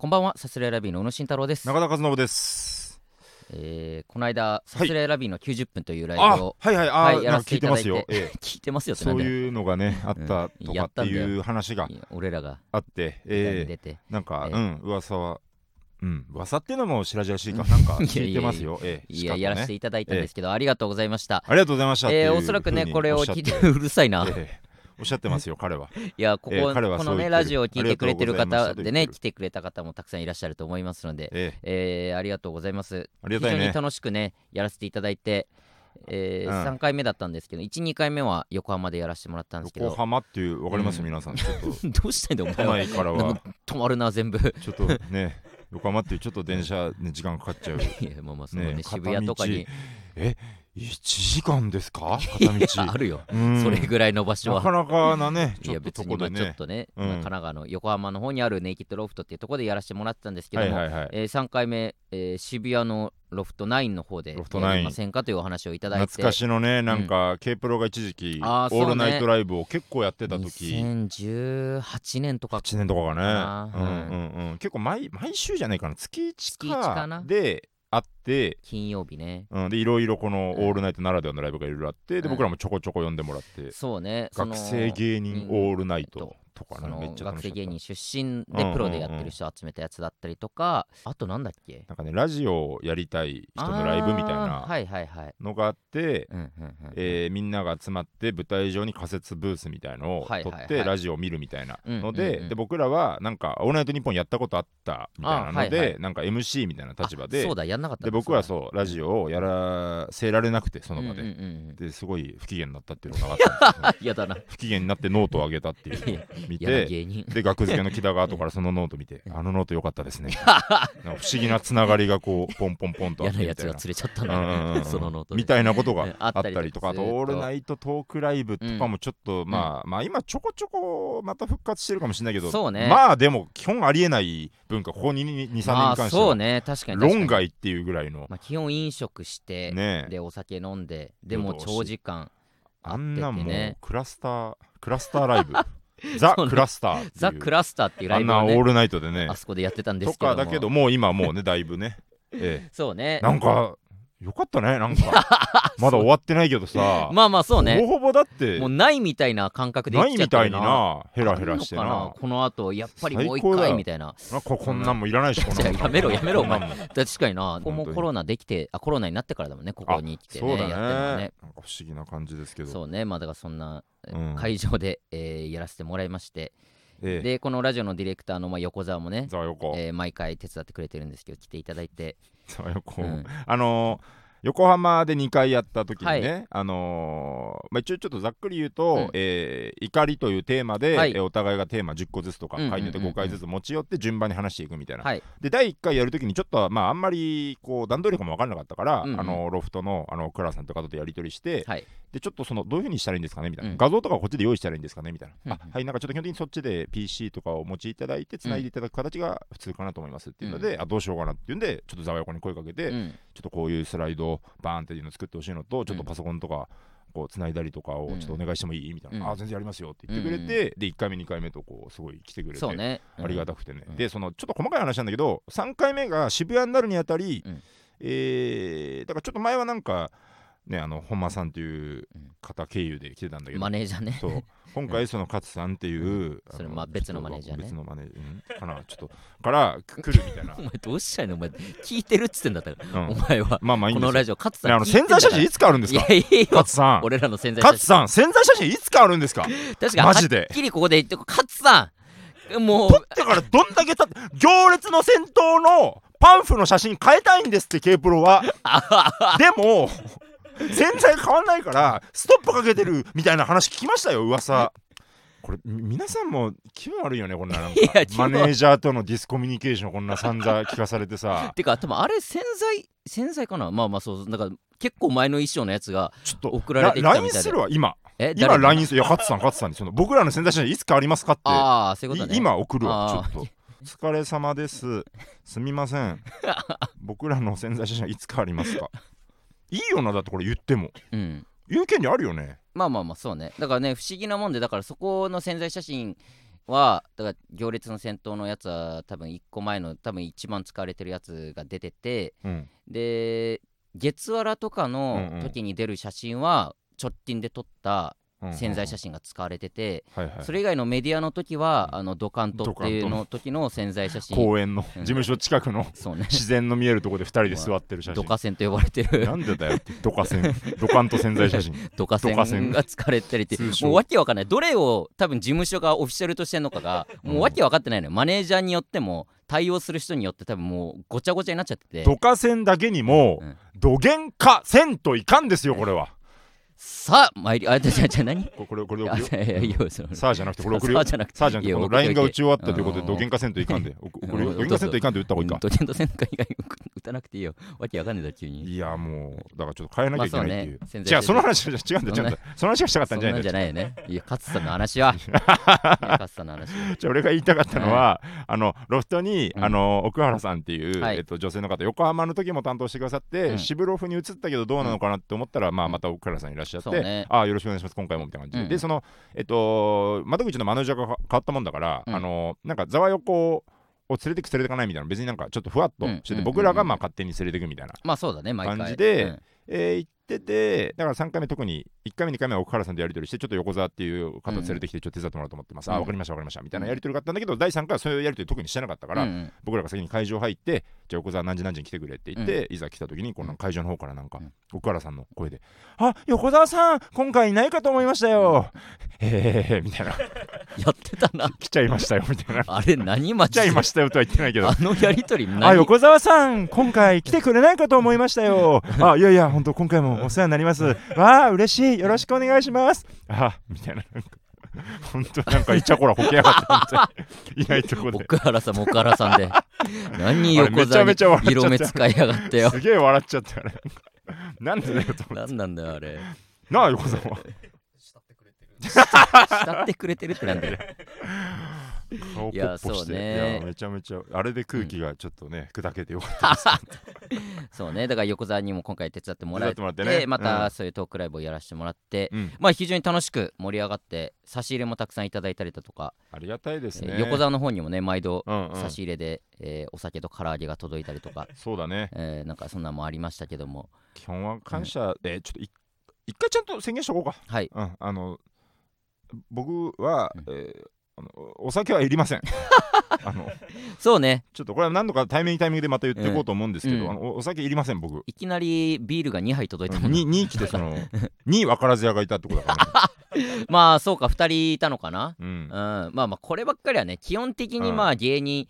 こんばんは、サスレラビーの宇野慎太郎です。 中田和信です。 この間サスレラビーの90分というライブを、 はいやらせていただいて、 なんか聞いてますよ、 聞いてますよってなんだよ。 そういうのがねあったとかっていう話が俺らがあって、 出てなんか、噂は噂っていうのも白々しいかなんか聞いてますよ。 やらせていただいたんですけど、ありがとうございました。 ありがとうございましたっていうふうにおそらくねこれを聞いてうるさいな、 おっしゃってますよ彼は。 いやこのねラジオを聞いてくれてる方でね、 来てくれた方もたくさんいらっしゃると思いますので、ありがとうございます。 ありがたいね。 非常に楽しくねやらせていただいて、3回目だったんですけど、1、2回目は横浜でやらせてもらったんですけど、 横浜っていう分かります、皆さんちょっとどうしたんだよお都前は。 内からは止まるな全部ちょっとね横浜っていうちょっと電車ね時間かかっちゃういやまあそのね渋谷とかに 1時間ですか片道あるよ、それぐらいの場所はなかなかなねいや別にまあちょっとね、神奈川の横浜の方にあるネイキッドロフトっていうところでやらせてもらってたんですけども、3回目、渋谷のロフト9の方でやりませんかというお話をいただいて、 懐かしのねなんか K プロが一時期オールナイトライブを結構やってた時、 2018年とか 8年とかかね、結構毎週じゃないかな、月1かであって金曜日ね、 でいろいろこのオールナイトならではのライブがいろいろあって、で僕らもちょこちょこ呼んでもらって、 そうね、 学生芸人オールナイトとかね、めっちゃ楽しかった。 学生芸人出身でプロでやってる人集めたやつだったりとか、あとなんだっけ、 なんかねラジオをやりたい人のライブみたいなのがあって、みんなが集まって舞台上に仮設ブースみたいのを撮ってラジオを見るみたいなので、僕らはなんかオールナイトニッポンやったことあったみたいなので、なんか MC みたいな立場で、 そうだやんなかった、 で僕はそうラジオをやらせられなくてその場で、ですごい不機嫌になったっていうのがあったんですやだな、 不機嫌になってノートを上げたっていう見て、で学付けの木田川とからそのノート見てあのノート良かったですね不思議なつながりがこうポンポンポンとあってみたいな、 やなやつが釣れちゃったなそのノートみたいなことがあったりとか、あとオールナイトトークライブとかもちょっとまあ今ちょこちょこまた復活してるかもしれないけど、まあでも基本ありえない文化、ここ2、3年に関してはそうね、確かに論外っていうぐらいの、 基本飲食してでお酒飲んで、でも長時間あんなもうクラスターライブザ・クラスターっていうライブをね、 あんなオールナイトでねあそこでやってたんですけども、 とかだけどもう今もうねだいぶねそうね、 なんかよかったね、なんかまだ終わってないけどさまあそうね、 ほぼほぼだってもうないみたいな感覚で生きちゃってるな、 ないみたいになヘラヘラしてな、 この後やっぱりもう一回みたいな、 こんなんもいらないし、こんなんやめろお前確かにな、ここもコロナできてコロナになってからだもんね、ここに来てね、やってるのね、 なんか不思議な感じですけど、 そうね、まあだからそんな会場でやらせてもらいまして、でこのラジオのディレクターの横澤もね、毎回手伝ってくれてるんですけど、来ていただいて、 横浜で2回やった時にね、一応ちょっとざっくり言うと、怒りというテーマで、お互いがテーマ10個ずつとか回によって5回ずつ持ち寄って順番に話していくみたいな、で第1回やる時にちょっとまああんまりこう段取りかも分かんなかったから、ロフトのクラさんとかとやり取りして、でちょっとそのどういう風にしたらいいんですかねみたいな、画像とかこっちで用意したらいいんですかねみたいな、なんかちょっと基本的にそっちで PC とかをお持ちいただいて繋いでいただく形が普通かなと思いますっていうので、どうしようかなっていうんでちょっとざわ横に声かけて、ちょっとこういうスライドバーンっていうの作ってほしいのと、ちょっとパソコンとかこう繋いだりとかをちょっとお願いしてもいいみたいな、全然やりますよって言ってくれて、で1回目2回目とこうすごい来てくれて、ありがたくてね、でそのちょっと細かい話なんだけど、3回目が渋谷になるにあたり、だからちょっと前はなんかね、本間さんっていう方経由で来てたんだけど、 マネージャーね、 そう今回その勝さんっていう、 それ別のマネージャーね、 別のマネージャーかな、ちょっとから来るみたいなお前どうしたいの、お前聞いてるっつってんだったら、お前はまあいいんですよ、 このラジオ勝さん潜在写真いつかあるんですか、勝さん、 俺らの潜在写真、勝さん潜在写真いつかあるんですか、 確かにマジではっきりここで言って、勝さんもう撮ってからどんだけ経って行列の先頭のパンフの写真変えたいんですって K プロはでも洗剤変わんないからストップかけてるみたいな話聞きましたよ、噂。これ皆さんも気分悪いよね、こんななんかマネージャーとのディスコミュニケーションこんな散々聞かされてさてか多分あれ洗剤かな、まあそうだから結構前の衣装のやつが送られてきたみたいで、 LINE するわ今 LINE する、いや勝さんにその僕らの洗剤写真いつかありますかって、 そういうことね、 今送るわ、ちょっとお疲れ様です、すみません僕らの洗剤写真いつかありますかいいよな、だってこれ言っても、言う権利あるよね。 まあそうね、だからね不思議なもんで、だからそこの宣材写真はだから行列の先頭のやつは多分1個前の多分一番使われてるやつが出てて、で月わらとかの時に出る写真は直近で撮った宣材写真が使われてて、それ以外のメディアの時はドカントっていうの時の宣材写真、 公園の事務所近くの自然の見えるところで2人で座ってる写真、 ドカセンと呼ばれてるなんでだよってドカセンドカント宣材写真ドカセンが使われてるってもうわけわかんない、どれを多分事務所がオフィシャルとしてんのかがもうわけわかってないのよ。マネージャーによっても対応する人によって多分もうごちゃごちゃになっちゃってて、 ドカセンだけにもどげんかせんといかんですよこれは。 さあ参りあじゃ何これ送るよ。さあじゃなくてこれ送るよ。 さあじゃなくてこの LINE が打ち終わったということでどげんかせんといかんで送るよ。どげんかせんといかんで打った方がいいか。 どげんかせんといかん打たなくていいよ。わけわかんねえだ急に。 いやもうだからちょっと変えなきゃいけないっていう。違うその話じゃ違うんだよ。その話がしたかったんじゃないんだよ。 そんなんじゃないよね。いや勝さんの話は。勝さんの話。 じゃ俺が言いたかったのはロフトに奥原さんっていう女性の方横浜の時も担当してくださって渋ロフに移ったけどどうなのかなって思ったらまた奥原さんいらっしゃって。よろしくお願いします今回もみたいな感じで、でその窓口のマネージャーが変わったもんだから、なんかざわ横を連れてく連れてかないみたいな別になんかちょっとふわっとしてて、僕らが勝手に連れてくみたいな感じで行ってて、だから3回目特に1回目2回目は奥原さんとやり取りしてちょっと横澤っていう方連れてきてちょっと手伝ってもらおうと思ってます、分かりましたみたいなやり取りがあったんだけど、第3回はそういうやり取り特にしてなかったから、僕らが先に会場入ってじゃあ横澤何時何時に来てくれって言って、いざ来た時にこの会場の方からなんか奥原さんの声で横澤さん今回いないかと思いましたよみたいなやってたな来ちゃいましたよみたいなあれ何待ち来ちゃいましたよとは言ってないけどやり取り横澤さん今回来てくれないかと思いましたよいやいや本当今回もお世話になりますわあ嬉しいよろしくお願いしますみたいな本当なんかイチャコラほけやがって本当にいないとこで奥原さんも奥原さんで何横澤に色目使いやがってよすげえ笑っちゃったからなんでだよと思って何なんだよあれなあ横澤は慕ってくれてるってなんだよ顔ポッポして、いやめちゃめちゃあれで空気がちょっとね、砕けてよかったですそうね、だから横澤にも今回手伝ってもらってね、またそういうトークライブをやらせてもらって、まあ非常に楽しく盛り上がって差し入れもたくさんいただいたりだとかありがたいですね、 横澤の方にもね毎度差し入れで、お酒と唐揚げが届いたりとかそうだね、 なんかそんなのもありましたけども基本は感謝で、ちょっと一回ちゃんと宣言しとこうか。 はい、 僕は、お酒はいりませんそうねちょっとこれは何度かタイミングでまた言っていこうと思うんですけど、お酒いりません僕いきなりビールが2杯届いたもん 2来てその2分からず屋がいたってことだからねまあそうか2人いたのかな、まあこればっかりはね基本的にまあ芸人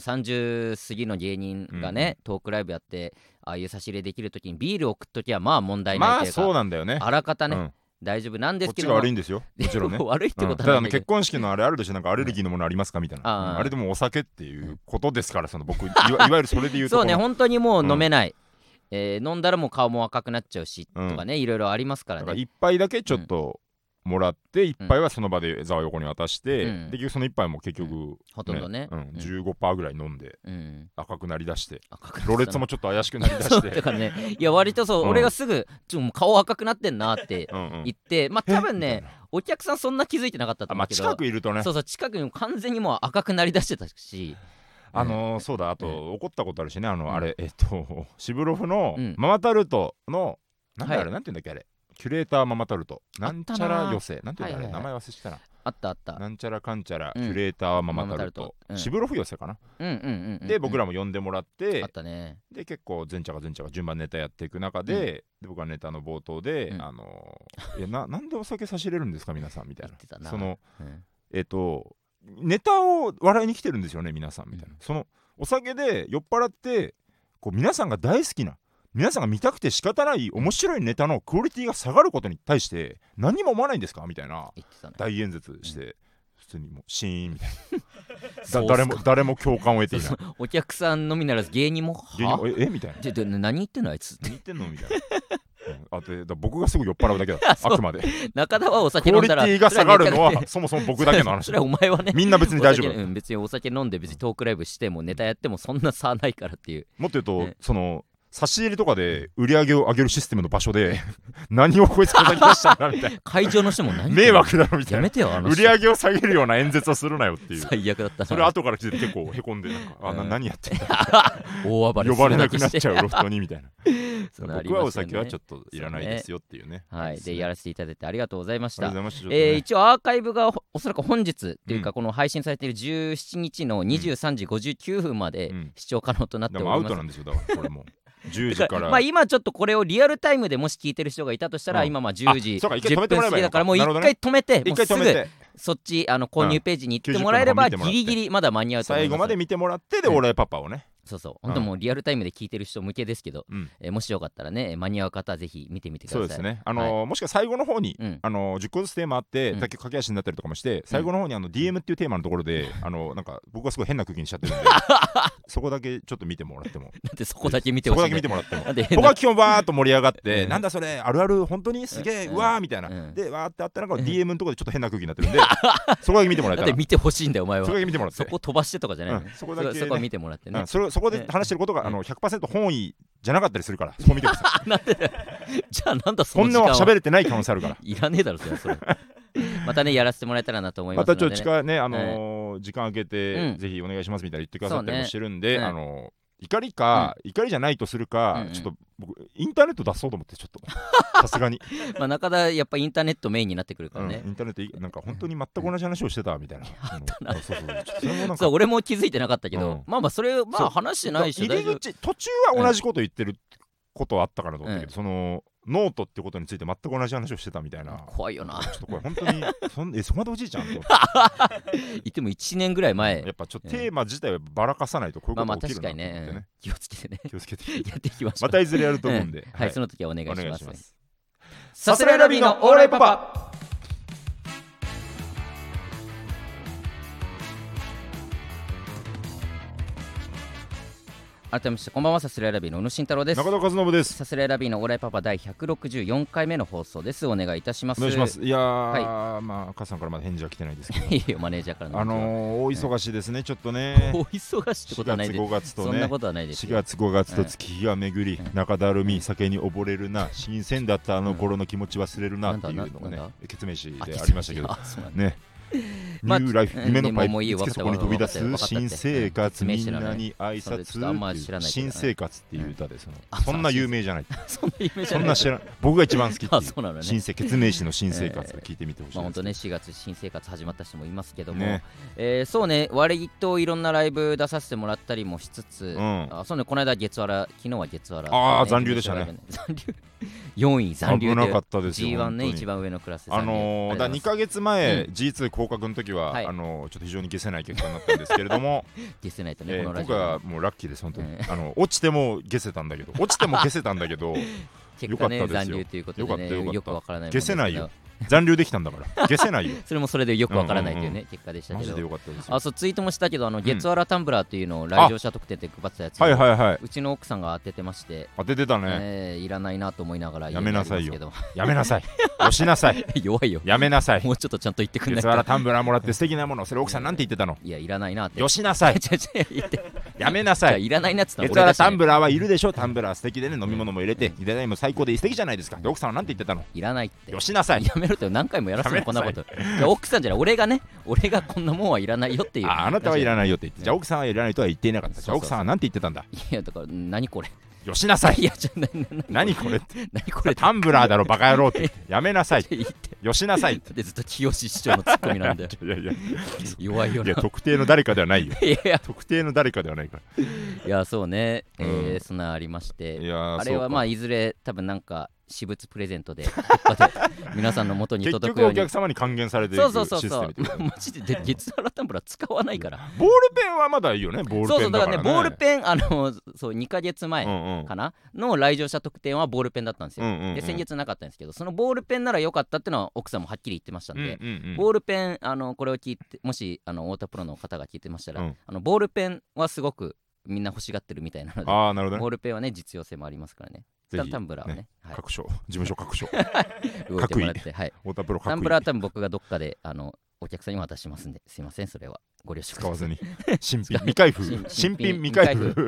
30過ぎの芸人がね、トークライブやってああいう差し入れできるときにビールを送っときはまあ問題ないというか、 そうなんだよねあらかたね、大丈夫なんですけどこっちが悪いんですよもちろんね悪いってことはないけど、 結婚式のあれあるとしてなんかアレルギーのものありますかみたいな、あれでもお酒っていうことですから僕いわゆるそれで言うとそうね本当にもう飲めない、飲んだらもう顔も赤くなっちゃうし、とかねいろいろありますからね。 だから一杯だけちょっともらって一杯はその場でざわ横に渡して、で結局その一杯も結局、 ほとんどね、 15% ぐらい飲んで、赤くなりだしてろれつもちょっと怪しくなりだしてだからねいや割とそう、俺がすぐもう顔赤くなってんなって言って、まあ多分ねお客さんそんな気づいてなかったと思うけど、 近くいるとねそう近くに完全にもう赤くなりだしてたし、 そうだあと怒ったことあるしねあれシブロフのママタルトのなんだあれなんて言うんだっけあれキュレーターママタルトなんちゃら寄せなんて言うんだあれ名前忘れしたなあったなんちゃらかんちゃらキュレーターママタルトシブロフ寄せかなで僕らも呼んでもらってあったねで結構前茶が順番ネタやっていく中で僕はネタの冒頭でいやなんでお酒差し入れるんですか皆さんみたいなそのネタを笑いに来てるんですよね皆さんみたいなそのお酒で酔っ払ってこう皆さんが大好きな皆さんが見たくて仕方ない面白いネタのクオリティが下がることに対して何にも思わないんですかみたいな大演説して普通にもうシーンみたいな誰も共感を得ていないお客さんのみならず芸人もみたいな何言ってんのあいつ何言ってんのみたいな僕がすぐ酔っ払うだけだあくまで中田はお酒飲んだらクオリティが下がるのはそもそも僕だけの話それはお前はねみんな別に大丈夫別にお酒飲んで別にトークライブしてもネタやってもそんな差ないからっていうもっと言うとその差し入れとかで売り上げを上げるシステムの場所で何をこいつ叩き出したんだみたいな会場の人も何迷惑だろみたいな、 やめてよ売り上げを下げるような演説をするなよっていう最悪だったな。 それ後から来て結構へこんで何やってんだ大暴れ呼ばれなくなっちゃうロフトにみたいな僕はお酒はちょっといらないですよっていうね。 はい、でやらせていただいてありがとうございました。 一応アーカイブがおそらく本日っていうかこの配信されている17日の23時59分まで視聴可能となっております。 アウトなんですよだからこれも10時からまあ今ちょっとこれをリアルタイムでもし聞いてる人がいたとしたら、今10時10分過ぎだからもう一回止めて、もうすぐそっち購入ページに行ってもらえればギリギリまだ間に合うと思います。 最後まで見てもらってで俺パパをね、 そうそう、本当もうリアルタイムで聞いてる人向けですけど、もしよかったらね間に合う方はぜひ見てみてください。 そうですね、もしくは最後の方に10個ずつテーマあって駆け足になったりとかもして最後の方にDM っていうテーマのところでなんか僕はすごい変な空気にしちゃってるんでそこだけちょっと見てもらってもなんでそこだけ見てほしい、 そこだけ見てもらっても僕は基本バーっと盛り上がってなんだそれあるある本当にすげえうわーみたいなでわーってあったらなんか DM のところでちょっと変な空気になってるんでそこだけ見てもらえたら、 なんで見てほしいんだよお前は。 そこだけ見てもらって、 そこ飛ばしてとかじゃないの、 そこだけそこは見てもらってね、 そこで話してることが100% 本意じゃなかったりするからそこ見てくださいなんでじゃあなんだその時間本音は喋れてない可能性あるからいらねえだろそれまたねやらせてもらえたらなと思いますので、ね、 またちょっと時間空けてぜひお願いしますみたいな言ってくださったりもしてるんで、怒りじゃないとするか、ちょっと僕インターネット出そうと思ってちょっとさすがにまあ中田やっぱインターネットメインになってくるからね、 インターネットなんか本当に全く同じ話をしてたみたいなそう俺も気づいてなかったけど、まあそれ話してないし入り口途中は同じこと言ってることはあったかなと思ったけど、そのノートってことについて全く同じ話をしてたみたいな。 怖いよな。 ちょっとこれ本当にそこまでおじいちゃんと言っても1年ぐらい前やっぱちょっとテーマ自体はばらかさないとこういうことが起きるなと思ってね。 まあ確かにね、気をつけてね気をつけてやっていきましょう。 またいずれやると思うんで、 はい、その時はお願いします。 さすらいラビーのオーライパパ。 改めましてこんばんは、さすらいラビーの宇野慎太郎です。 中田和信です。 さすらいラビーのオーライパパ第164回目の放送です。お願いいたします。 お願いします。いやー、まあ赤さんからまだ返事は来てないですけどいいよマネージャーからの大忙しいですね、ちょっとね。 大忙しいってことはないです。 4月5月とね、 そんなことはないです 4月5月と月日が巡り、中だるみ酒に溺れるな、新鮮だったあの頃の気持ち忘れるなっていうのがね、決命詞でありましたけどね。ニューライフ、夢のパイプ見つけそこに飛び出す新生活、みんなに挨拶、新生活っていう歌でそんな有名じゃない。そんな知らない。僕が一番好きっていう新生決命詞の新生活聞いてみてほしいです。 本当ね、4月新生活始まった人もいますけども、そうね、割といろんなライブ出させてもらったりもしつつ、そうね、この間月わら、昨日は月わら、 残留でしたね。 残留4位残留で危なかったですよ。 G1 ね、一番上のクラスで 2ヶ月前 G2 降格の時はちょっと非常に消せない結果になったんですけれども消せないとね、このラジオ僕はもうラッキーです、本当に。落ちても消せたんだけど結果ね、残留ということでね、よくわからない。 消せないよ、残留できたんだから消せないよそれもそれでよくわからないというね、結果でしたけど。 マジでよかったですよ。 そうツイートもしたけど、月わらタンブラーというのを来場者特典で配ってたやつをうちの奥さんが当ててまして、 当ててたね。 いらないなと思いながらやめなさいよ、やめなさい、よしなさい弱いよ、 やめなさい。 もうちょっとちゃんと言ってくんない月わらタンブラーもらって素敵なもの、それ奥さんなんて言ってたの。 いや、いらないなって。 よしなさいやめなさい。 いらないなっつったら月わらタンブラーはいるでしょ。タンブラー素敵でね、飲み物も入れていただいても最高で素敵じゃないですか。奥さんはなんて言ってたの。 いらないって。 よしなさい。 やめろって。何回もやらせるこんなこと。奥さんじゃない、俺がこんなもんはいらないよっていう。 あなたはいらないよって言って、じゃあ奥さんはいらないとは言っていなかった。じゃあ奥さんはなんて言ってたんだ。 いや、だから何これ、 よしなさい。 いや、 何これって、何これ、タンブラーだろバカ野郎ってやめなさい。よしなさいってずっと清志市長のツッコミなんだよ。 いやいや弱いよな。 いや、特定の誰かではないよ。 いや、 特定の誰かではないから。 いや、そうね、そんなありまして、あれはまあいずれ多分なんか私物プレゼントで皆さんの元に届くように、 結局お客様に還元されていくシステムってこと。 マジで月わらタンブラー使わないから。 ボールペンはまだいいよね。ボールペンだからね。 そうだからね、ボールペンそう2ヶ月前かなの来場者特典はボールペンだったんですよ。で先月なかったんですけど、そのボールペンなら良かったっていうのは奥さんもはっきり言ってましたんで、ボールペンこれを聞いて、もし太田プロの方が聞いてましたら、ボールペンはすごくみんな欲しがってるみたいなので、 なるほどね、 ボールペンはね実用性もありますからね。タンブラーはね、 各所、事務所各所動いてもらって、はい、 太田プロタンブラー多分僕がどっかでお客さんに渡しますんで、すいません、それはご了承使わずに新品未開封新品未開封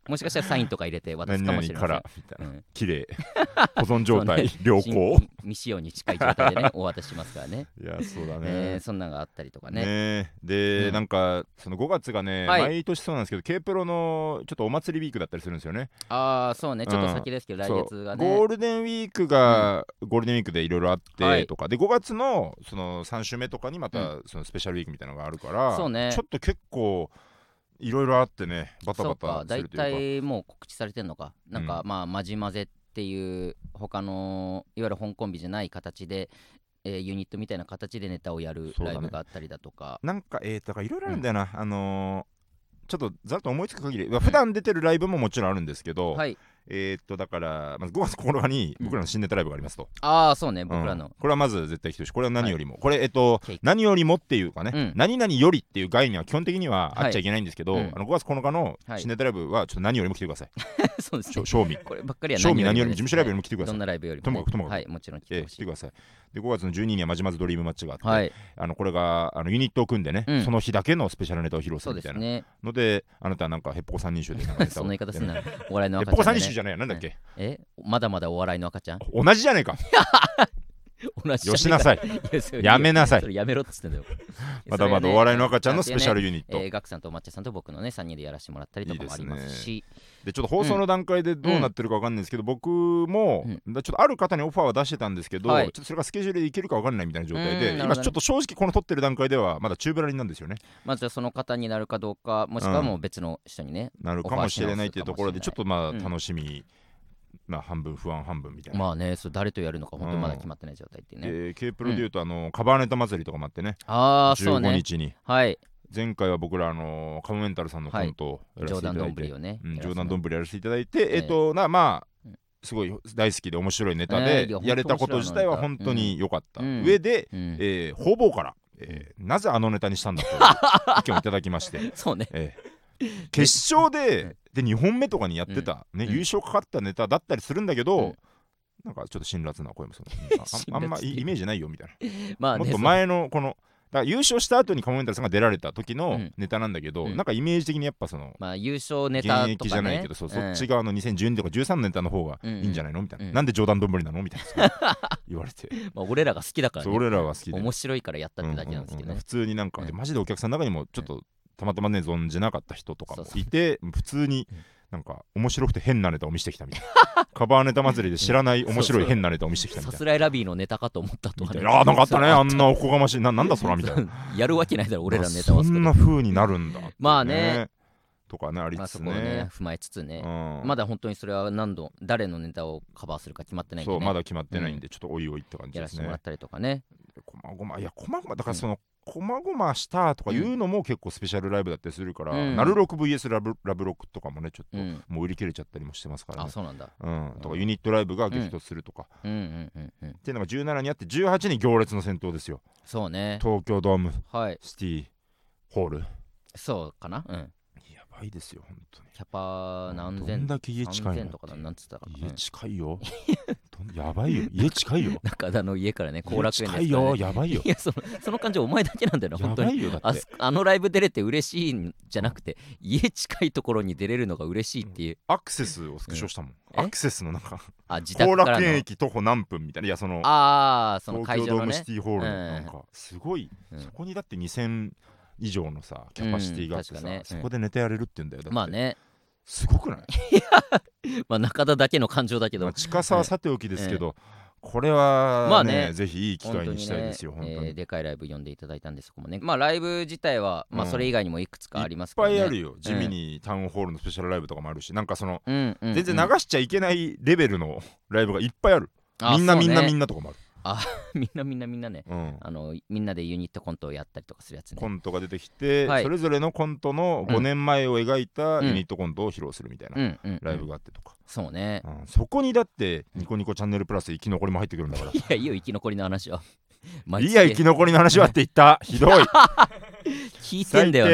もしかしたらサインとか入れて渡すかもしれません。 何々からみたいな、綺麗保存状態、ね、良好未使用に近い状態でねお渡ししますからね。 いやそうだね、 そんなのがあったりとかね。 で、なんかその5月がね、毎年そうなんですけど K プロのちょっとお祭りウィークだったりするんですよね。 そうね、ちょっと先ですけど、来月がねゴールデンウィークが、ゴールデンウィークでいろいろあってとか、で5月のその3週目とかにまたそのスペシャルウィークみたいなのがあるから、そうね、ちょっと結構いろいろあってね、バタバタするというか。 だいたいもう告知されてんのか、なんかまあまじまぜっていう他のいわゆる本コンビじゃない形で、ユニットみたいな形でネタをやるライブがあったりだとか、 なんかだからいろいろあるんだよな、ちょっとざっと思いつく限り、普段出てるライブももちろんあるんですけど、だからまず5月9日に僕らの新ネタライブがありますと。 そうね、僕らのこれはまず絶対来てほしい。これは何よりも、これ何よりもっていうかね、何々よりっていう概念は基本的にはあっちゃいけないんですけど、5月9日の新ネタライブはちょっと何よりも来てください。 そうですね、 賞味こればっかりは何よりも事務所ライブよりも来てください。 どんなライブよりもともかくはい、もちろん来てほしい。 来てください。で5月の12日にはまじまずドリームマッチがあって、これがユニットを組んでね、その日だけのスペシャルネタを披露するみたいなので、あなたはなんかヘッポコ三人衆でそんな言い方すんな、お笑いの赤ちゃん。ヘッポコ三人衆じゃないや、なんだっけ、 まだまだお笑いの赤ちゃん。 同じじゃねえかよしなさいやめなさい、 やめろっつってんだよ。 まだまだお笑いの赤ちゃんのスペシャルユニット、 ガクさんと抹茶さんと僕のね3人でやらせてもらったりとかもありますし、 でちょっと放送の段階でどうなってるか分かんないんですけど、僕もちょっとある方にオファーは出してたんですけど、ちょっとそれがスケジュールでいけるか分かんないみたいな状態で、今ちょっと正直この撮ってる段階ではまだ中ぶらりんなんですよね。 まずはその方になるかどうか、もしくはもう別の人にね、 なるかもしれないっていうところで、ちょっとまあ楽しみ、半分不安半分みたいな。 まあね、それ誰とやるのか本当にまだ決まってない状態っていうね。 K プロでいうとカバーネタ祭りとかもあってね、 15 日に、前回は僕らカモメンタルさんのコントをやらせていただいて、冗談どんぶりやらせていただいて、まあすごい大好きで面白いネタでやれたこと自体は本当に良かった上で、方々からなぜあのネタにしたんだという意見をいただきましてそうね、 決勝で2本目とかにやってた優勝かかったネタだったりするんだけど、なんかちょっと辛辣な声もするあんまイメージないよみたいな、もっと前のこのだから優勝した後にカモメンタルさんが出られた時のネタなんだけど、なんかイメージ的にやっぱその、 優勝ネタとかね、 現役じゃないけど、そっち側の2012とか13のネタの方がいいんじゃないのみたいな、なんで冗談どんぶりなのみたいな言われて俺らが好きだからね、 俺らは好きで面白いからやったってだけなんですけどね、 普通になんかマジでお客さんの中にもちょっとたまたまね存じなかった人とかもいて、普通になんか面白くて変なネタを見せてきたみたいなカバーネタ祭りで知らない面白い変なネタを見せてきたみたいな、 さすらいラビーのネタかと思ったとかね、 なんかあったね、あんなおこがましいなんだそらみたいなやるわけないだろ俺らのネタは。 そんな風になるんだまあねとかね、ありつつね、そこをね踏まえつつね、まだ本当にそれは誰のネタをカバーするか決まってないんでね、 そうまだ決まってないんで、ちょっとおいおいって感じですね。 やらせてもらったりとかね、 こまごまだからそのこまごましたとかいうのも結構スペシャルライブだったりするから、なるろく VS ラブロックとかもねちょっともう売り切れちゃったりもしてますからね。 あ、そうなんだ。 とかユニットライブが激突するとかっていうのが17にあって、18に行列の先頭ですよ。 そうね、 東京ドームシティホール、 そうかな、 やばいですよ本当に。 キャパ何千、 どんだけ家近いのとかなんつったか家近いよやばいよ、家近いよ中田の家からね、後楽園ですからね、 近いよ、やばいよ。 いやその感じお前だけなんだよな本当に。 やばいよ、だってあのライブ出れて嬉しいんじゃなくて、家近いところに出れるのが嬉しいっていう、 アクセスをスクショしたもん、アクセスのなんか自宅からの後楽園駅徒歩何分みたいな、いやその会場のね、 東京ドームシティホールのなんかすごい、そこにだって2000以上のさキャパシティがあってさ、そこでネタやれるって言うんだよ。だってまあね、 すごくない？ まあ中田だけの感情だけど、 近さはさておきですけど、これはまあね、ぜひいい機会にしたいですよ本当に。 でかいライブ呼んでいただいたんで、そこもね、まあライブ自体はまあそれ以外にもいくつかありますからね、 いっぱいあるよ。地味にタウンホールのスペシャルライブとかもあるし、なんかその全然流しちゃいけないレベルのライブがいっぱいある。みんなとかもある。 みんなね、みんなでユニットコントをやったりとかするやつね。 コントが出てきて、それぞれのコントの5年前を描いたユニットコントを披露するみたいなライブがあってとか。 そうね、 そこにだってニコニコチャンネルプラス生き残りも入ってくるんだから。 いやいいよ生き残りの話は。 いや生き残りの話はって言ったひどい聞いてんだよな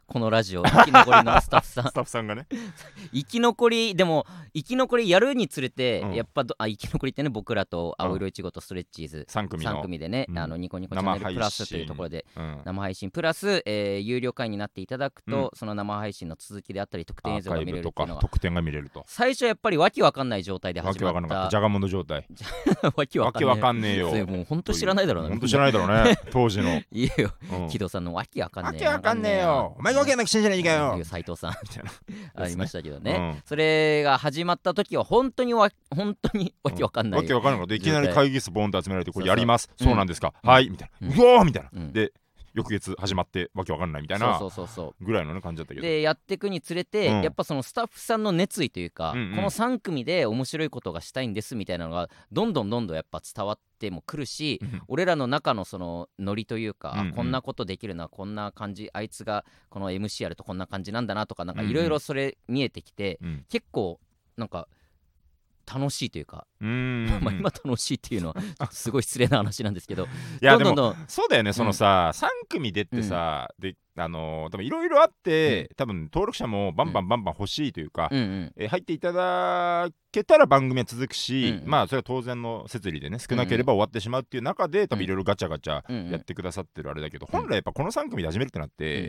このラジオ生き残りのスタッフさんスタッフさんがね生き残りでも生き残りやるにつれて、やっぱ生き残りってね、僕らと青色いちごとストレッチーズ3組でね、ニコニコチャンネルプラスというところで生配信プラス、有料会員になっていただくと、その生配信の続きであったり特典映像が見れるっていうのが特典が見れると。 最初やっぱりわけわかんない状態で始まった。 わけわかんなかったジャガモンド状態わけわかんねえよ。 もうほんと知らないだろうな。 ほんと知らないだろうね当時のいいよ、木戸さんのわけわかんねえわけわかんねえよ、お前がわけなくしてんじゃねえかよ斉藤さんみたいなありましたけどね、それが始まった時は本当にわけわかんない、 わけわかんなかった。いきなり会議室ボンと集められて、これやります、そうなんですか、はいみたいな、うわーみたいな、で翌月始まってわけわかんないみたいなぐらいの、ね、感じだったけど、 でやっていくにつれて、やっぱそのスタッフさんの熱意というか、この3組で面白いことがしたいんですみたいなのがどんどんやっぱ伝わってもくるし、俺らの中のそのノリというか、こんなことできるな、こんな感じ、あいつがこの MC やるとこんな感じなんだなとか、なんかいろいろそれ見えてきて、結構なんか楽しいというか、まあ今楽しいっていうのはすごい失礼な話なんですけど、 いやでもそうだよね、そのさ3組でってさ、で多分いろいろあって、多分登録者もバンバン欲しいというか、入っていただけたら番組は続くし、まあそれは当然の摂理でね、少なければ終わってしまうっていう中で、多分いろいろガチャガチャやってくださってるあれだけど、本来やっぱこの3組で始めるってなって、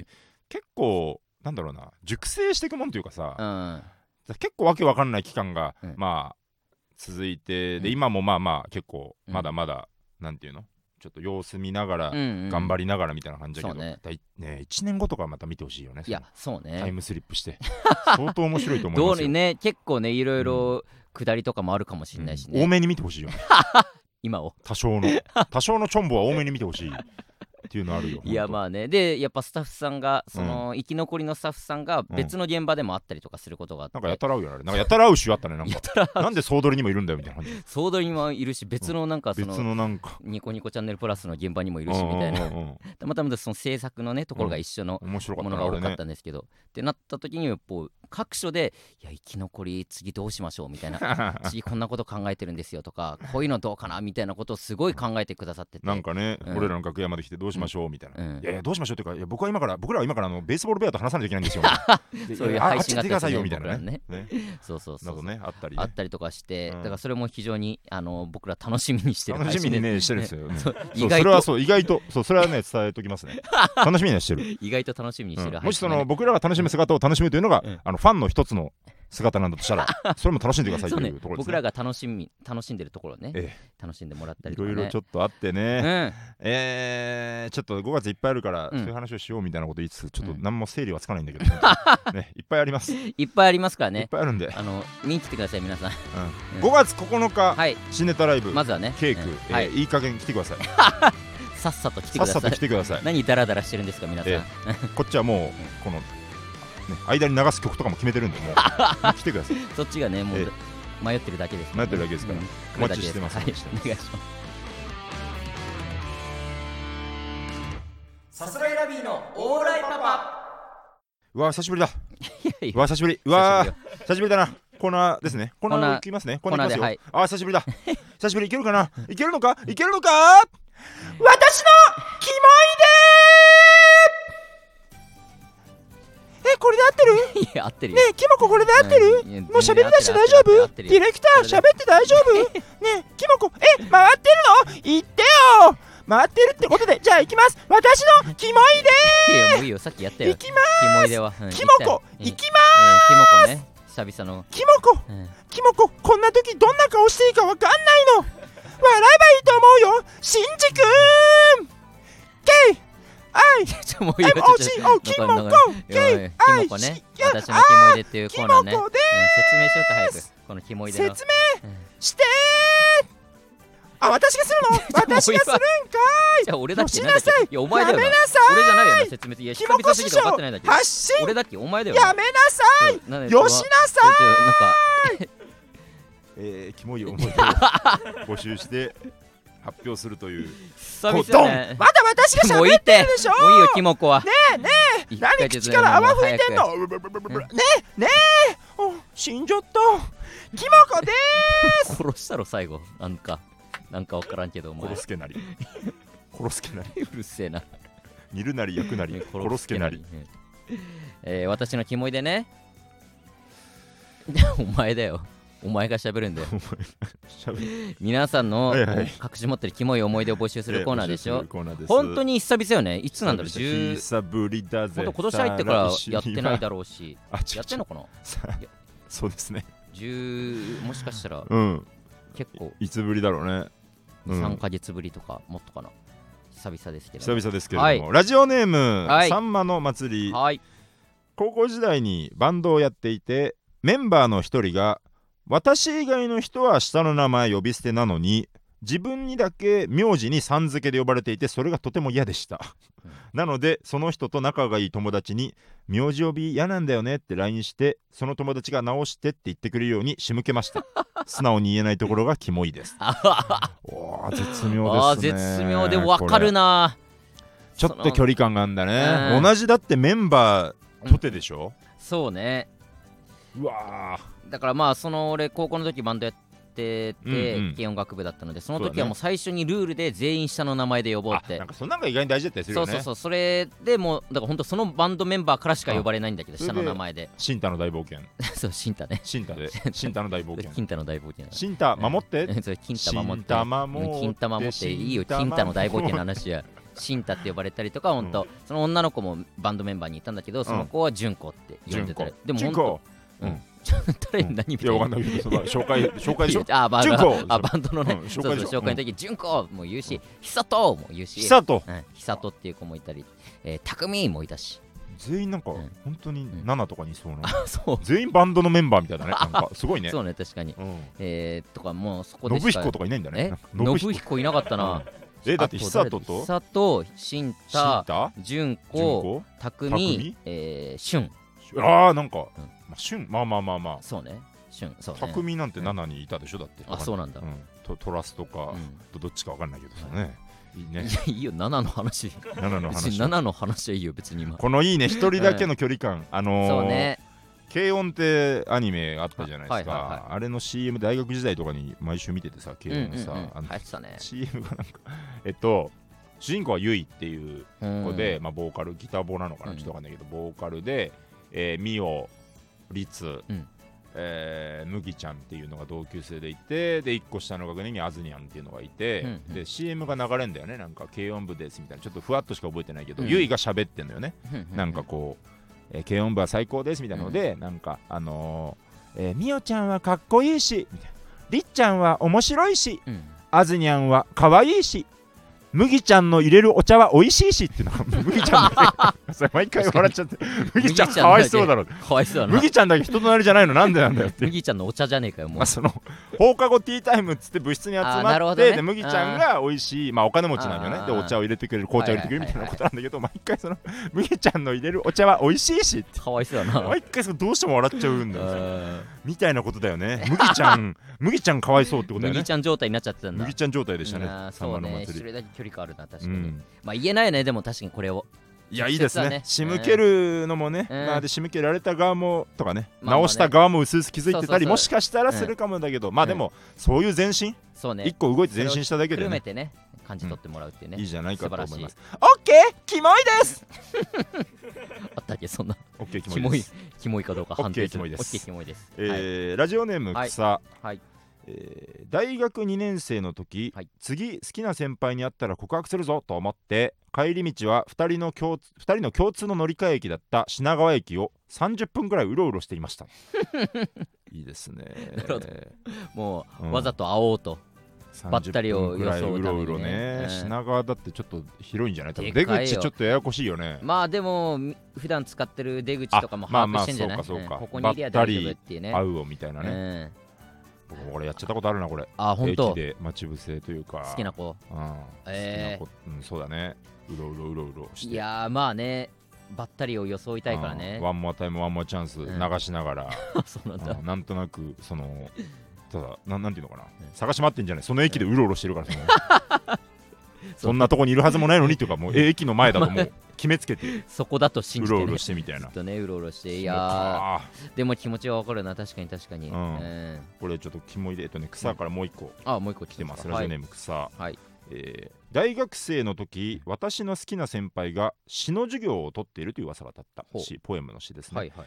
結構なんだろうな、熟成していくもんというかさ、結構わけわかんない期間がまあ続いて、で今もまあまあ結構まだまだなんていうの、ちょっと様子見ながら頑張りながらみたいな感じだけど、ね、1年後とかまた見てほしいよね。 いやそうね、 タイムスリップして相当面白いと思いますよ。 ね、結構ねいろいろ下りとかもあるかもしれないしね、 多めに見てほしいよね今を多少のチョンボは多めに見てほしいっていうのあるよ。 いやまあね、でやっぱスタッフさんがその生き残りのスタッフさんが別の現場でもあったりとかすることがあって、 なんかやたらうよね、なんかやたらうしあったね、なんで総取りにもいるんだよみたいな感じ。 総取りにもいるし、別のなんかそのニコニコチャンネルプラスの現場にもいるしみたいな、たまたまその制作のねところが一緒のものが多かったんですけど、ってなった時に各所でいや生き残り次どうしましょうみたいな次こんなこと考えてるんですよとか、こういうのどうかなみたいなことをすごい考えてくださってて、 なんかね、俺らの楽屋まで来てどうしましょうみたいな、いやどうしましょうっていうか、いや僕らは今からベースボールベアと話さないといけないんですよそういう配信があってくださいよみたいなねそうねあったりとかして、だからそれも非常に僕ら楽しみにしてる配信で、 楽しみにねしてるんですよ。意外とそれはね伝えときますね。楽しみにはしてる。 意外と楽しみにしてる。 もしその僕らが楽しむ姿を楽しむというのがファンの一つの姿なんだとしたら、それも楽しんでくださいというところですね。 僕らが楽しんでるところね、楽しんでもらったりとかね、 いろいろちょっとあってね、ちょっと5月いっぱいあるからそういう話をしようみたいなこと言いつつ、ちょっと何も整理はつかないんだけどね、いっぱいあります。 いっぱいありますからね。 いっぱいあるんで見に来てください皆さん。 5月9日新ネタライブ、 まずはねケーク、いい加減来てください。 さっさと来てください。何ダラダラしてるんですか皆さん。 こっちはもうこの間に流す曲とかも決めてるんで、もう来てください。 そっちがねもう迷ってるだけです。 迷ってるだけですから、お待ちしてます。お願いします。 さすらいラビーのオーライパパ。 うわ久しぶりだ。うわ久しぶり。うわ久しぶりだな。コーナーですね。コーナー行きますね。コーナー行きますよ。あ久しぶりだ。久しぶり。いけるかな。いけるのか。私のキモいこれで合ってる？ いや合ってるよ。ねえキモコこれで合ってる？もう喋り出して大丈夫？ディレクター喋って大丈夫？ねえキモコ回ってるの？言ってよ。回ってるってことで、じゃあ行きます。私のキモいでー。 いやもういいよ、さっきやったよ。 行きまーす。 キモいではキモコ行きまーす。キモコね、久々のキモコこんな時どんな顔していいかわかんないの。笑えばいいと思うよ、シンジくーん。ケイもういいよ、 キモコケイキモコね、私のキモいでっていうコーナーね、説明しようと早くこのキモいでの説明してー。私がするの？私がするんかい。 じゃあ俺だっけ？なんだっけ？いやお前だよな。俺じゃないよな説明。いやキモコ師匠発信。 俺だっけ？お前だよな。 やめなさい。よしなさい。キモい思い出を募集して発表するという。 久々ね。 まだ私が喋ってるでしょ。 もういいよキモコは。 ねえ何口から泡吹いてんの？ねえ死んじゃった。キモコでーす。 殺したろ最後なんか分からんけどお前殺すけなりうるせえな。 煮るなり焼くなり殺すけなり私のキモいでねお前だよ、お前が喋るんだよ皆さんの、隠し持ってるキモい思い出を募集するコーナーでしょ。本当に久々よね。いつなんだろう。 久ぶりだぜ。 今年入ってからやってないだろうしやってんのかなそうですね。 もしかしたら、結構いつぶりだろうね。 3ヶ月ぶりとかもっとかな。久々ですけど、 ラジオネーム、さんまの祭り、高校時代にバンドをやっていて、メンバーの一人が私以外の人は下の名前呼び捨てなのに自分にだけ名字にさん付けで呼ばれていて、それがとても嫌でしたなのでその人と仲がいい友達に名字呼び嫌なんだよねって LINE して、その友達が直してって言ってくれるように仕向けました素直に言えないところがキモいですお絶妙ですね。 絶妙で分かるな。 ちょっと距離感があるんだね。同じだってメンバーとてでしょ、 そうね。 うわだからまあ俺高校の時バンドやってて、軽音楽部だったので、その時はもう最初にルールで全員下の名前で呼ぼうって。 なんかそんなんが意外に大事だったりするよね。 そうそれでもうだから本当そのバンドメンバーからしか呼ばれないんだけど、下の名前でシンタの大冒険そうシンタね、 シンタの大冒険キンタの大冒険、 シンタ守ってキンタ守っていいよ。キンタの大冒険の話はシンタって呼ばれたりとか、本当その女の子もバンドメンバーにいたんだけど、その子はジュンコって呼んでたり。でも本当誰何みたいな。 いや、わかんないけど、紹介でしょ。 バンドのね、紹介の時、ジュンコも言うし、ヒサトも言うし、ヒサトっていう子もいたり、タクミもいたし。 全員なんか本当に7とかにいそうな、全員バンドのメンバーみたいだね。なんかすごいね。 そうね、確かに。とかもうそこで信彦とかいないんだね。 信彦いなかったな。 だって久と新太、純子、匠、俊。 なんか俊、まあそうね、俊、そうね。 匠なんて7にいたでしょ。だってそうなんだ。 トラスとかどっちかわかんないけどさね。いいね。 いいよ、7の話。7の話はいいよ、別に今。 このいいね、一人だけの距離感。 そうね。 軽音ってアニメあったじゃないですか。あれの CM 大学時代とかに毎週見ててさ、軽音のさ、CM がなんか主人公はユイっていう子で、ボーカル、ギターボーなのかな、ちょっとわかんないけど、ボーカルでミオ、リツ、麦ちゃんっていうのが同級生でいて、で1個下の学年にアズニャンっていうのがいて、で CM が流れんだよね。なんか軽音部ですみたいな、ちょっとふわっとしか覚えてないけど、ユイが喋ってんのよね。なんかこう軽音部は最高ですみたいなので、なんかみおちゃんはかっこいいしみたいな、りっちゃんは面白いし、あずにゃんはかわいいし、麦ちゃんの入れるお茶は美味しいしっていうのが麦ちゃんだけ毎回笑っちゃって、麦ちゃんかわいそうだろ、 かわいそうだな、 麦ちゃんだけ人となりじゃないのなんでなんだよって。 麦ちゃんのお茶じゃねえかよ。もうその放課後ティータイムっつって部室に集まって、で麦ちゃんが美味しい、お金持ちなんよね。でお茶を入れてくれる、紅茶を入れてくれるみたいなことなんだけど、毎回その麦ちゃんの入れるお茶は美味しいしってかわいそうだな、 毎回どうしても笑っちゃうんだよみたいなことだよね。麦ちゃんかわいそうってことだよね。 麦ちゃん状態になっちゃってたんだ。 麦ちゃん状態でしたね。 そうね、それだけ距離感あるな、確かに。言えないよね、でも確かにこれを。 いや、いいですね。仕向けるのもね、で仕向けられた側もとかね、直した側もうすうす気づいてたりもしかしたらするかもだけど、でもそういう前進、一個動いて前進しただけで含めてね、感じ取ってもらうっていうね、 いいじゃないかと思います。オッケー、キモいですあったっけ、そんな。 オッケー、キモいです。 キモいかどうか判定する。 オッケー、 キモいです。 ラジオネーム草。大学2年生の時、次好きな先輩に会ったら告白するぞと思って、帰り道は2人の共通の乗り換え駅だった品川駅を30分くらいうろうろしていましたいいですね。 なるほど。もう、わざと会おうとばったりを装うためにね。 品川だってちょっと広いんじゃない？多分出口ちょっとややこしいよね。 でも普段使ってる出口とかも把握してんじゃない？ここにいりゃ大丈夫っていうね。 会うをみたいなね。これやっちゃったことあるな、これ。 本当。 駅で待ち伏せというか。 好きな子。 そうだね。うろうろして。 いやね、ばったりを装いたいからね。 ワンモアタイムワンモアチャンス流しながら。 そうなんだ。 なんとなくただなんていうのかな、探し回ってんじゃない。その駅でうろうろしてるからそんなとこにいるはずもないのにっていうか、もう駅の前だともう決めつけてそこだと信じてうろうろしてみたいな。 うろうろして、いやでも気持ちはわかるな、確かに。 これちょっとキモいで草からもう一個もう一個来てます。ラジオネーム草。 大学生の時私の好きな先輩が詩の授業を取っているという噂が立った詩、ポエムの詩ですね、はいはい、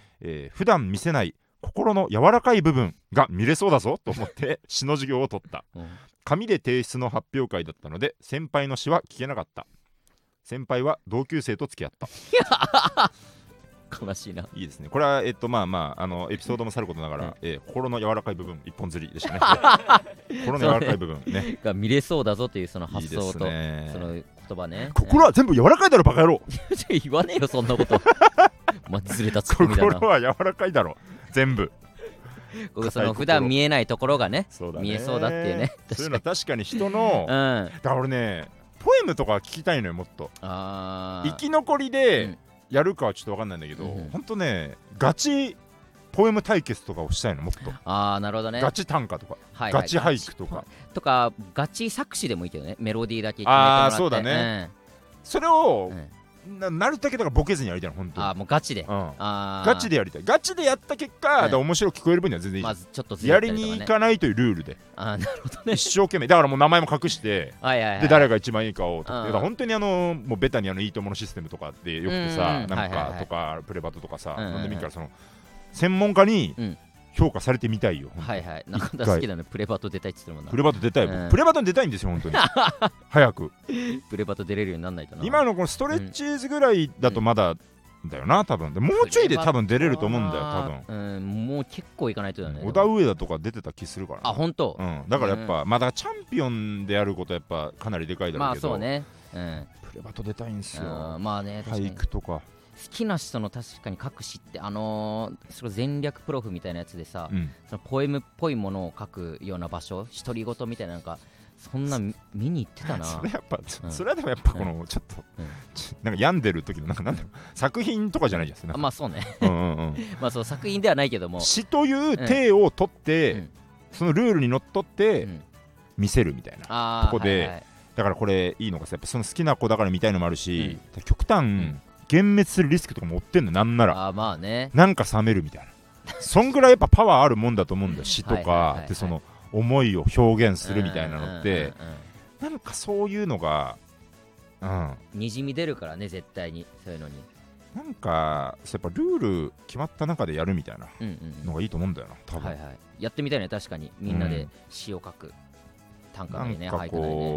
普段見せない心の柔らかい部分が見れそうだぞと思って詩の授業を取った、紙で提出の発表会だったので先輩の詩は聞けなかった。先輩は同級生と付き合った悲しいな。 いいですね。これはエピソードもさることながら、心の柔らかい部分一本釣りでしたね心の柔らかい部分ねが見れそうだぞというその発想といいね、 その言葉ね。 心は全部柔らかいだろバカ野郎言わねえよそんなことずれたツッコミだな。 心は柔らかいだろ全部その普段見えないところがね見えそうだっていうね。 そういうのは確かに人の、だから俺ねポエムとか聞きたいのよもっと。生き残りで、やるかはちょっと分かんないんだけど、ほんとねガチポエム対決とかをしたいのもっと。 なるほどね。 ガチ短歌とか、ガチ俳句とかガチ作詞でもいいけどね。メロディーだけ決めてもらって。 そうだね、それを、なるだけだからボケずにやりたいの本当に。 もうガチで、 ガチでやりたい。ガチでやった結果、面白く聞こえる分には全然いい。 まずちょっとやりに行かないというルールで。 なるほどね。 一生懸命だからもう名前も隠してで誰が一番いいかをとか、本当にもうベタにいいとものシステムとかでよくてさ、なんかとかプレバトとかさ、なんでもいいからその専門家に評価されてみたいよ。 はいはい。なんか好きだね。プレバト出たいって言ってるもんな。 プレバト出たい。プレバトに出たいんですよ本当に早くプレバト出れるようになんないとな。 今のこのストレッチーズぐらいだとまだだよな多分。でもうちょいで多分出れると思うんだよ多分。もう結構いかないとだね。 小田上田とか出てた気するから。 本当。 だからやっぱまだチャンピオンでやることはやっぱかなりでかいだろうけど。 そうね。 プレバト出たいんですよ。 まあね、 俳句とか好きな人の確かに書く詩ってそれ全略プロフみたいなやつでさ、そのポエムっぽいものを書くような場所、独り言みたいな、なんかそんな見に行ってたな。 それやっぱ、それはでもやっぱこのちょっと、なんか病んでる時のなんだろう作品とかじゃないですね。 まあそうねまあそう作品ではないけども詩という体を取って、そのルールにのっとって見せるみたいなとこで、だからこれいいのがさ、やっぱその好きな子だから見たいのもあるし、極端幻滅するリスクとかも負ってんの。なんならまあね、 なんか冷めるみたいなそんぐらいやっぱパワーあるもんだと思うんだよ詩とかで。その思いを表現するみたいなのって、なんかそういうのがにじみ出るからね絶対に。そういうのになんかやっぱルール決まった中でやるみたいなのがいいと思うんだよな多分。 やってみたいね確かに。みんなで詩を書く、短歌なりね、俳句なりね。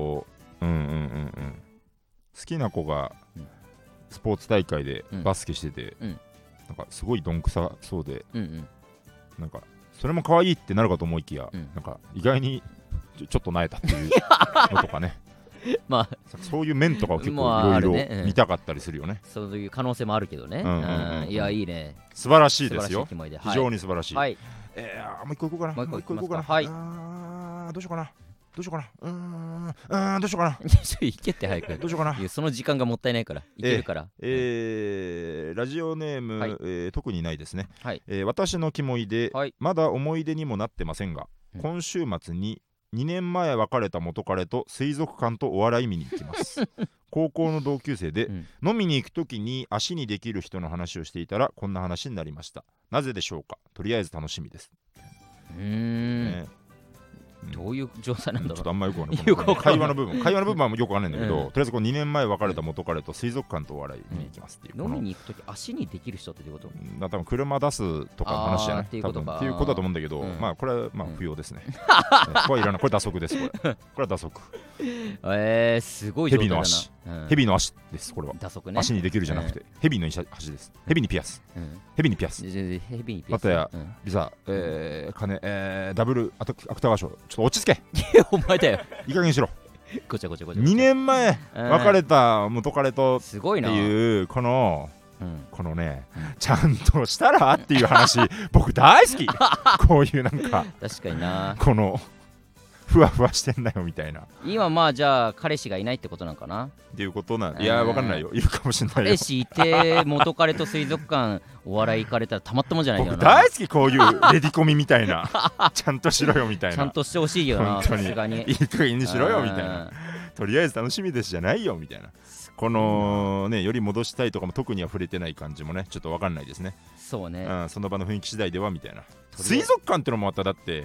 好きな子がスポーツ大会でバスケしてて、なんかすごいどんくさそうで、なんかそれも可愛いってなるかと思いきや、なんか意外にちょっとなえたっていうのとかねまあそういう面とかを結構いろいろ見たかったりするよね。 そういう可能性もあるけどね。いやいいね、 素晴らしいですよ。非常に素晴らしい。もう一個いこうかな。もう一個いこうかな。どうしようかな。どうしようかな。どうしようかな。 いけって早く。 どうしようかな。 その時間がもったいないから。いけるから。 ラジオネーム、特にないですね。私のキモいで、まだ思い出にもなってませんが、今週末に2年前別れた元彼と水族館とお笑い見に行きます高校の同級生で、飲みに行くときに足にできる人の話をしていたらこんな話になりました。なぜでしょうか。とりあえず楽しみです。 どういう状態なんだろう。 ちょっとあんまよくわかんない。会話の部分はよくわかんないんだけど、とりあえずこう2年前別れた元彼と水族館とお笑い見に行きますっていう。 飲みに行くとき足にできる人ってどういうこと？ 多分車出すとかの話じゃないっていうことだと思うんだけど、まあこれはまあ不要ですね。これはいらない。これ打足です。これは打足。 すごい状態だな。 蛇の足です。これは打足ね。 足にできるじゃなくて蛇の足です。蛇にピアス。蛇にピアス。またやビザ金ダブル芥川賞。ちょっと落ち着けお前だよ。 いい加減にしろ。 ごちゃごちゃ 2年前別れた元彼とっていうこのね、ちゃんとしたらっていう話僕大好きこういうなんか確かにな、 このふわふわしてんだよみたいな。 今まあじゃあ彼氏がいないってことなんかなっていうことなん。いやわかんないよ。いるかもしれないよ。 彼氏いて元彼と水族館お笑い行かれたらたまったもんじゃないよな。 僕大好きこういうレディコミみたいなちゃんとしろよみたいな。 ちゃんとしてほしいよな。 さすがにいい加減にしろよみたいな。とりあえず楽しみですじゃないよみたいな。このねより戻したいとかも特には触れてない感じもねちょっとわかんないですね。 そうね、 その場の雰囲気次第ではみたいな。水族館ってのもまただって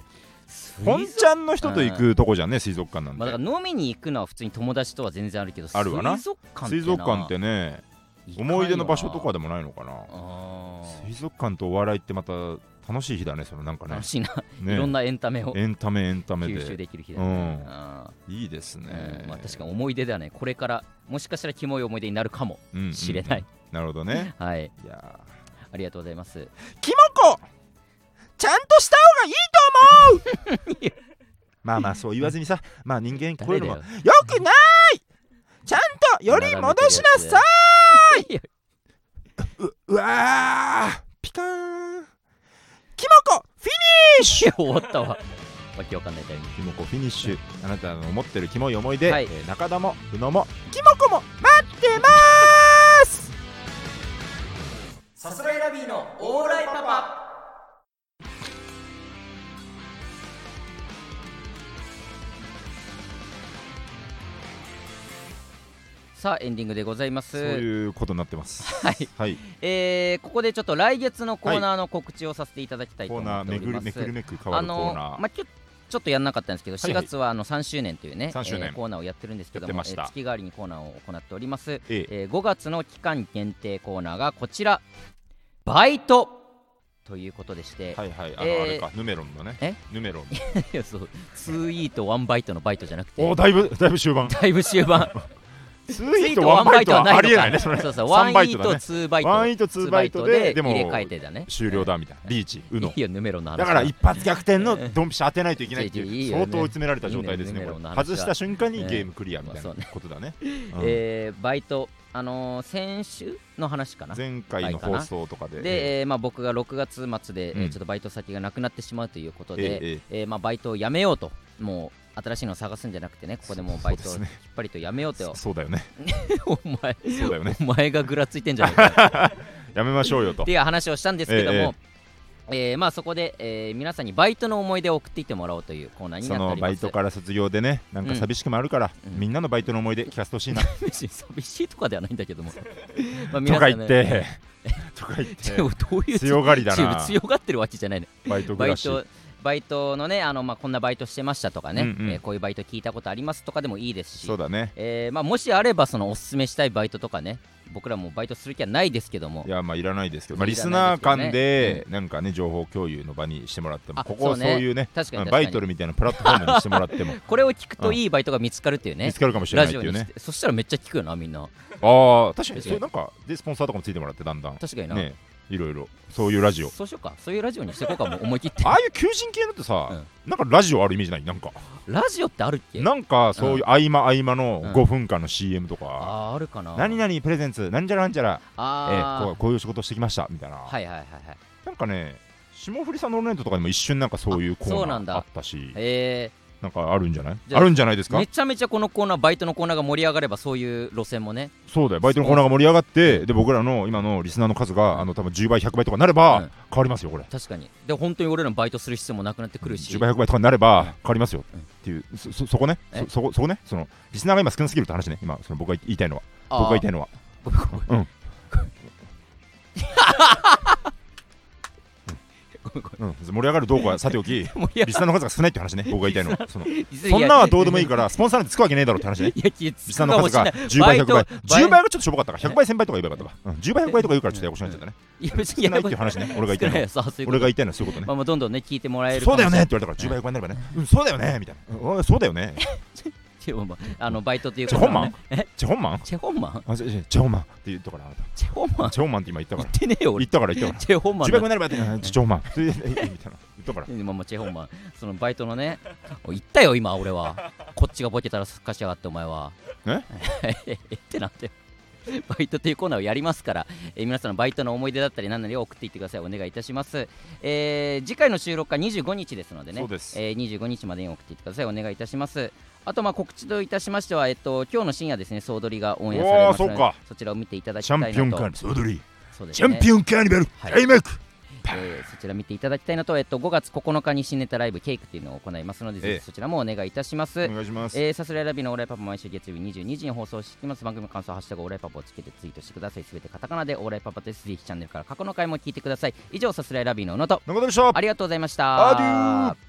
本ちゃんの人と行くとこじゃんね、水族館なんで。 だから飲みに行くのは普通に友達とは全然あるけど、 あるわな。 水族館ってね、思い出の場所とかでもないのかな。水族館とお笑いってまた楽しい日だね、そのなんかね。 楽しいな、いろんなエンタメで吸収できる日だね。 いいですね。 確かに思い出だね。これからもしかしたらキモい思い出になるかもしれない。 なるほどね。 はい。ありがとうございます。 キモコちゃんとした方がいいと思うまあそう言わずにさ、まあ人間こういうのもよくない、ちゃんとより戻しなさいうわーピカーンキモコフィニッシュ終わったわ。わけわかんないタイミング。 キモコフィニッシュ。あなたの思ってるキモい思い出、中田も宇野もキモコも待ってまーす。 さすらいラビーのオーライパパ。さあエンディングでございます。 そういうことになってます。 はい、はい。ここでちょっと来月のコーナーの告知をさせていただきたいと思っております。 めくるめく変わるコーナー。 ちょっとやんなかったんですけど、4月は3周年というね、コーナーをやってるんですけども、月替わりにコーナーを行っております。5月の期間限定コーナーがこちら、バイトということでして、 あれか、ヌメロンのね、ヌメロンいや、そう2イート1バイトのバイトじゃなくて、 だいぶ終盤 2イート1バイトはありえないね。そうそう、1イート2バイト、 1イート2バイトで入れ替えてだね、 終了だみたいな。リーチウノ、 いいよヌメロンの話だから一発逆転のドンピシャ当てないといけないっていう相当追い詰められた状態ですね。外した瞬間にゲームクリアみたいなことだね。 バイト、先週の話かな、 前回の放送とかで、 で、僕が6月末でちょっとバイト先がなくなってしまうということで、バイトをやめようと、もう新しいのを探すんじゃなくてね、ここでもうバイトをきっぱりとやめようと。 そうだよねお前がぐらついてんじゃないかやめましょうよとっていう話をしたんですけども、そこで、皆さんにバイトの思い出を送っていってもらおうというコーナーになっております。 そのバイトから卒業でね、なんか寂しくもあるから、みんなのバイトの思い出聞かせてほしいな。 別に寂しいとかではないんだけどもとか言ってどういう強がりだな。 強がってるわけじゃないの。バイトのね、こんなバイトしてましたとかね、こういうバイト聞いたことありますとかでもいいですし、 そうだね。 もしあればそのおすすめしたいバイトとかね、僕らもバイトする気はないですけども、 いやいらないですけど、リスナー間でなんかね情報共有の場にしてもらっても、ここそういうね、バイトルみたいなプラットフォームにしてもらってもこれを聞くといいバイトが見つかるっていうね、 見つかるかもしれないっていうね。 そしたらめっちゃ聞くよな、みんな。 確かにそういうなんかでスポンサーとかもついてもらって、だんだん確かにな、 いろいろそういうラジオ、 そうしようか、そういうラジオにしていこうかも、思い切って。 ああいう求人系のってさ、なんかラジオあるイメージない？なんかラジオってあるっけ？ なんかそういう合間合間の5分間の CM とか、 あるかな。 何々プレゼンツなんちゃらなんちゃら、こういう仕事してきましたみたいな。なんかね、霜降りさんのオンラインとかでも一瞬なんかそういうコーナーあったし、なんかあるんじゃない？あるんじゃないですか？ めちゃめちゃこのコーナー、バイトのコーナーが盛り上がれば、そういう路線もね。 そうだよ、バイトのコーナーが盛り上がって、で僕らの今のリスナーの数が多分10倍100倍とかなれば変わりますよ、これ。 確かに。で本当に俺らのバイトする必要もなくなってくるし、 10倍100倍とかになれば変わりますよっていう、そこね、そこね、そのリスナーが今少なすぎるって話ね。今その僕が言いたいのは、盛り上がるどうかはさておき、リスナーの数が少ないって話ね、僕が言いたいのは。そんなはどうでもいいから、スポンサーなんてつくわけねえだろって話ね。リスナーの数が10倍、100倍、10倍がちょっとしょぼかったから、100倍、1000倍とか言えばよかったわ。10倍、100倍とか言うからちょっとややこしくなっちゃったね。少ないっていう話ね、俺が言いたいのは。俺が言いたいのはそういうことね。 どんどんね、聞いてもらえる。 そうだよねって言われたから、10倍、100倍になればね、そうだよねみたいな。そうだよね。 バイトっていうチェホンマンって言ったから、 チェホンマンって今言ったから、 言ってねえよ、 言ったからチェホンマン 10倍になればチェホンマンみたいな言ったから、 チェホンマン、そのバイトのね、言ったよ今俺は。こっちがボケたらすかしやがってお前は。ってなってバイトというコーナーをやりますから、皆さんのバイトの思い出だったり何なりを送っていってください。お願いいたします。次回の収録が25日ですのでね、25日までに送っていってください。お願いいたします。あと告知といたしましては、今日の深夜ですね、総取りがオンエアされますので、そちらを見ていただきたいなと。 チャンピオンカーニバル総取り、チャンピオンカーニバル開幕、 そちら見ていただきたいのと、5月9日に新ネタライブケイクというのを行いますので、ぜひそちらもお願いいたします。 お願いします。 さすらいラビのオーライパパ毎週月曜日22時に放送していきます。番組の感想、ハッシュタグオーライパパをつけてツイートしてください。すべてカタカナでオーライパパです。ぜひチャンネルから過去の回も聞いてください。以上、さすらいラビの宇野と中田でした。 ありがとうございました。 アデュー。